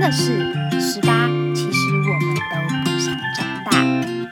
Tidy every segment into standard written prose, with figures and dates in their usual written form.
的是18，其实我们都不想长大。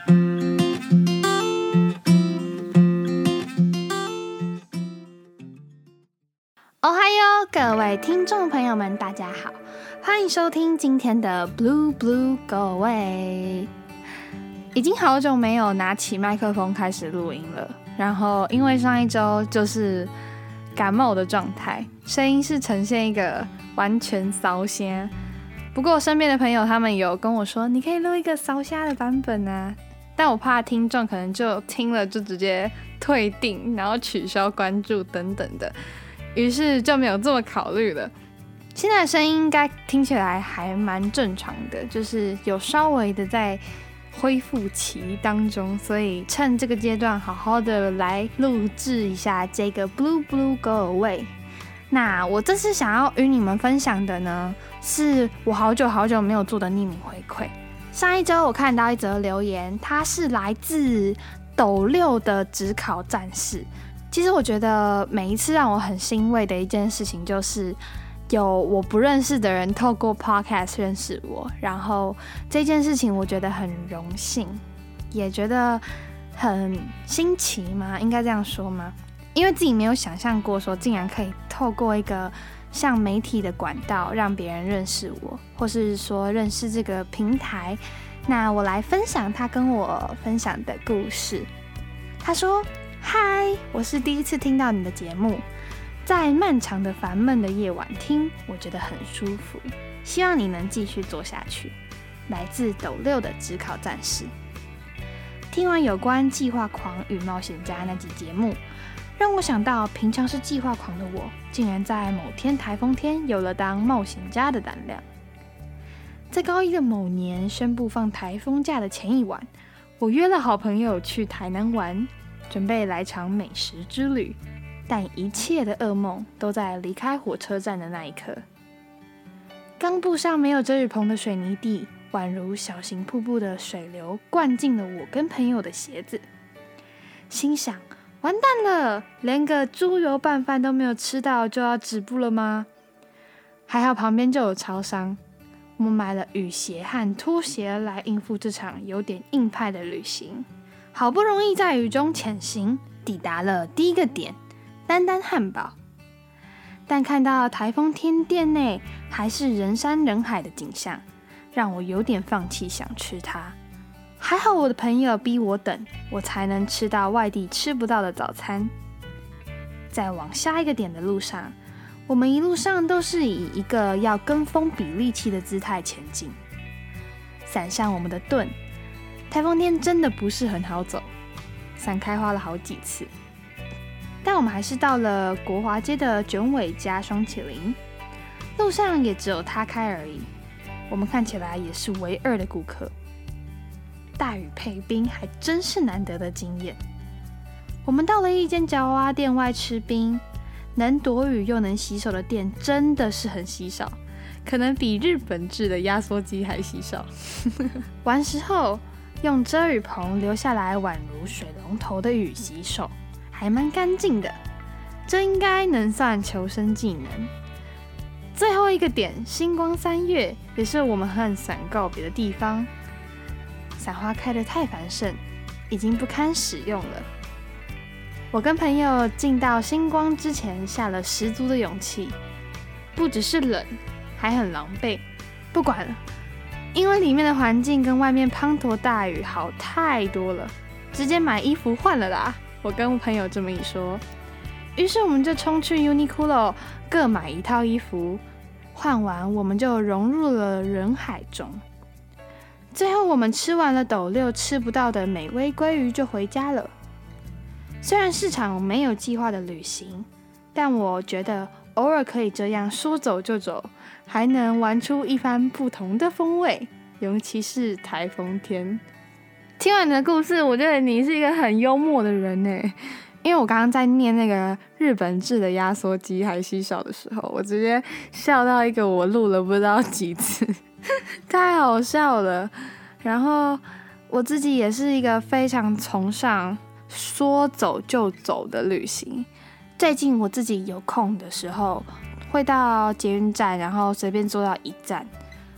哦嗨哟，各位听众朋友们，大家好，欢迎收听今天的 Blue Blue Go Away。已经好久没有拿起麦克风开始录音了，然后因为上一周就是感冒的状态，声音是呈现一个完全烧声。不过我身边的朋友他们有跟我说，你可以录一个烧虾的版本啊，但我怕听众可能就听了就直接退订，然后取消关注等等的，于是就没有这么考虑了。现在的声音应该听起来还蛮正常的，就是有稍微的在恢复期当中，所以趁这个阶段好好的来录制一下这个 Blue Blue Go Away。 那我这次想要与你们分享的呢，是我好久没有做的匿名回馈。上一周我看到一则留言，它是来自斗六的指考战士。其实我觉得每一次让我很欣慰的一件事情，就是有我不认识的人透过 podcast 认识我，然后这件事情我觉得很荣幸，也觉得很新奇吗？应该这样说吗？因为自己没有想象过说竟然可以透过一个像媒体的管道让别人认识我，或是说认识这个平台。那我来分享他跟我分享的故事。他说：嗨，我是第一次听到你的节目，在漫长的烦闷的夜晚听，我觉得很舒服，希望你能继续做下去。来自斗六的指考战士。听完有关计划狂与冒险家那集节目，让我想到平常是计划狂的我，竟然在某天台风天有了当冒险家的胆量。在高一的某年宣布放台风假的前一晚，我约了好朋友去台南玩，准备来场美食之旅，但一切的噩梦都在离开火车站的那一刻。刚步上没有遮雨棚的水泥地，宛如小型瀑布的水流灌进了我跟朋友的鞋子，心想完蛋了，连个猪油拌饭都没有吃到，就要止步了吗？还好旁边就有超商，我们买了雨鞋和拖鞋来应付这场有点硬派的旅行。好不容易在雨中潜行，抵达了第一个点，丹丹汉堡。但看到台风天店内还是人山人海的景象，让我有点放弃想吃它。还好我的朋友逼我等，我才能吃到外地吃不到的早餐。在往下一个点的路上，我们一路上都是以一个要跟风比力气的姿态前进。伞上我们的盾，台风天真的不是很好走，伞开花了好几次。但我们还是到了国华街的卷尾加双麒麟，路上也只有他开而已，我们看起来也是唯二的顾客。大雨配冰还真是难得的经验。我们到了一间夹娃娃店外吃冰，能躲雨又能洗手的店真的是很稀少，可能比日本制的压缩机还稀少。完时后用遮雨棚留下来宛如水龙头的雨洗手，还蛮干净的，这应该能算求生技能。最后一个点星光三月，也是我们和伞告别的地方。伞花开得太繁盛，已经不堪使用了。我跟朋友进到星光之前下了十足的勇气，不只是冷，还很狼狈。不管了，因为里面的环境跟外面滂沱大雨好太多了，直接买衣服换了啦。我跟朋友这么一说，于是我们就冲去 Uniqlo 各买一套衣服，换完我们就融入了人海中。最后我们吃完了斗六吃不到的美味鲑鱼就回家了。虽然是场没有计划的旅行，但我觉得偶尔可以这样说走就走，还能玩出一番不同的风味，尤其是台风天。听完你的故事，我觉得你是一个很幽默的人耶，因为我刚刚在念那个日本制的压缩机还稀少的时候，我直接笑到一个我录了不知道几次，太好笑了。然后我自己也是一个非常崇尚说走就走的旅行。最近我自己有空的时候，会到捷运站，然后随便坐到一站，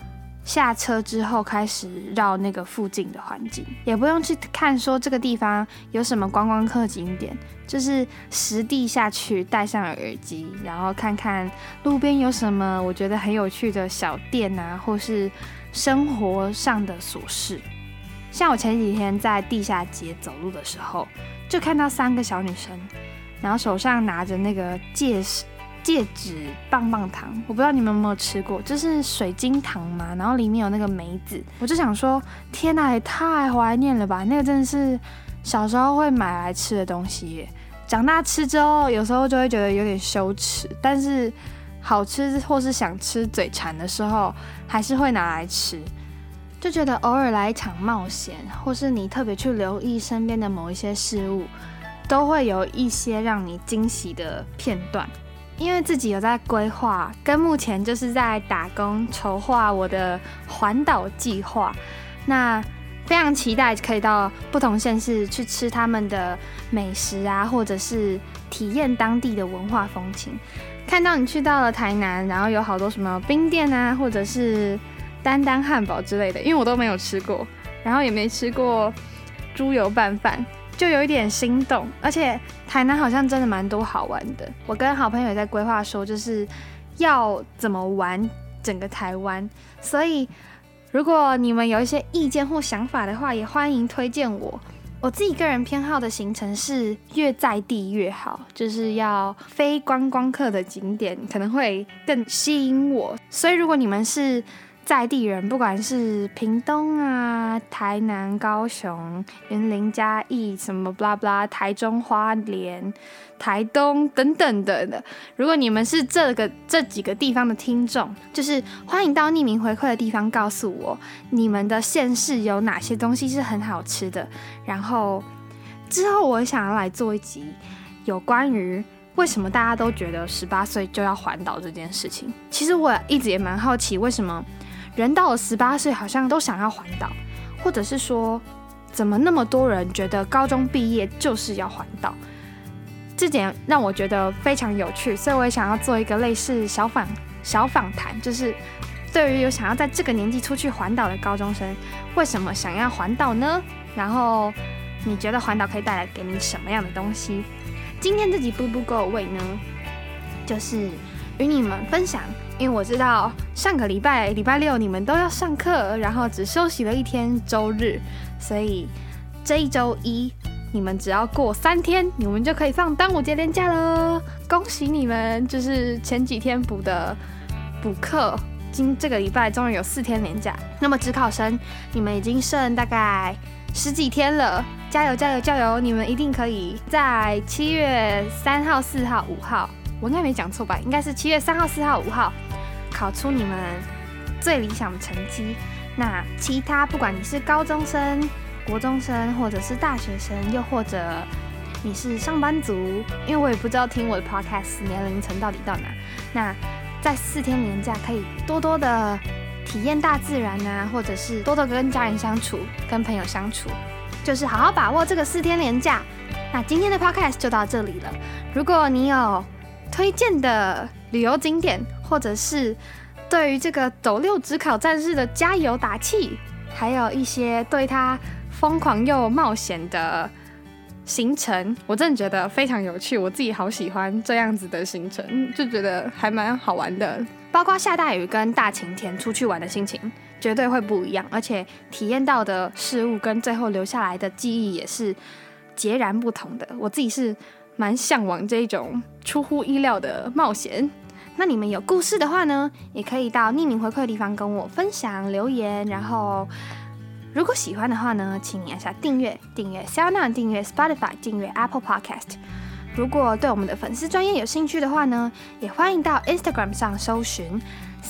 下车之后开始绕那个附近的环境，也不用去看说这个地方有什么观光客景点，就是实地下去戴上耳机，然后看看路边有什么我觉得很有趣的小店啊，或是生活上的琐事。像我前几天在地下街走路的时候，就看到3个小女生，然后手上拿着那个戒指棒棒糖，我不知道你们有没有吃过，就是水晶糖嘛，然后里面有那个梅子，我就想说，天哪，也太怀念了吧！那个真的是小时候会买来吃的东西耶，长大吃之后，有时候就会觉得有点羞耻，但是好吃或是想吃嘴馋的时候，还是会拿来吃。就觉得偶尔来一场冒险，或是你特别去留意身边的某一些事物，都会有一些让你惊喜的片段。因为自己有在规划，跟目前就是在打工筹划我的环岛计划，那非常期待可以到不同县市去吃他们的美食啊，或者是体验当地的文化风情。看到你去到了台南，然后有好多什么冰店啊，或者是丹丹汉堡之类的，因为我都没有吃过，然后也没吃过猪油拌饭，就有一点心动。而且台南好像真的蛮多好玩的，我跟好朋友也在规划说，就是要怎么玩整个台湾。所以如果你们有一些意见或想法的话，也欢迎推荐我。我自己个人偏好的行程是越在地越好，就是要非观光客的景点可能会更吸引我。所以如果你们是在地人，不管是屏东啊、台南、高雄、云林、嘉义什么 blah blah、台中、花莲、台东等等的，如果你们是这几个地方的听众，就是欢迎到匿名回馈的地方告诉我你们的县市有哪些东西是很好吃的，然后之后我想要来做一集有关于为什么大家都觉得18岁就要环岛这件事情。其实我一直也蛮好奇，为什么人到了18岁好像都想要环岛，或者是说怎么那么多人觉得高中毕业就是要环岛，这点让我觉得非常有趣。所以我也想要做一个类似小访谈，就是对于有想要在这个年纪出去环岛的高中生，为什么想要环岛呢？然后你觉得环岛可以带来给你什么样的东西？今天这集 Blue Blue Go Away 呢，就是与你们分享，因为我知道上个礼拜六你们都要上课，然后只休息了1天周日，所以这一周一你们只要过3天，你们就可以放端午节连假了。恭喜你们，就是前几天补课，这个礼拜终于有4天连假。那么指考生，你们已经剩大概10几天了，加油加油加油！你们一定可以在7月3号、4号、5号，我应该没讲错吧？应该是7月3号、4号、5号考出你们最理想的成绩。那其他不管你是高中生、国中生，或者是大学生，又或者你是上班族，因为我也不知道听我的 podcast 年龄层到底到哪。那在4天连假可以多多的体验大自然啊，或者是多多跟家人相处、跟朋友相处，就是好好把握这个4天连假。那今天的 podcast 就到这里了。如果你有推荐的旅游景点，或者是对于这个斗六指考战士的加油打气，还有一些对他疯狂又冒险的行程，我真的觉得非常有趣，我自己好喜欢这样子的行程，就觉得还蛮好玩的。包括下大雨跟大晴天出去玩的心情绝对会不一样，而且体验到的事物跟最后留下来的记忆也是截然不同的。我自己是蛮向往这种出乎意料的冒险。那你们有故事的话呢，也可以到匿名回馈的地方跟我分享留言，然后如果喜欢的话呢，请你按下订阅 SoundOn， 订阅 Spotify， 订阅 Apple Podcast。 如果对我们的粉丝专页有兴趣的话呢，也欢迎到 Instagram 上搜寻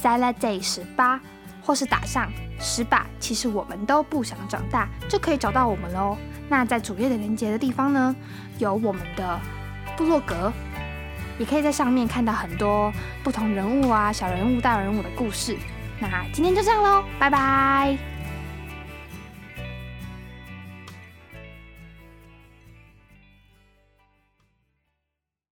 SaladDay18， 或是打上18其实我们都不想长大，就可以找到我们咯。那在主页的连结的地方呢，有我们的部落格，也可以在上面看到很多不同人物啊、小人物、大人物的故事。那今天就这样咯，拜拜。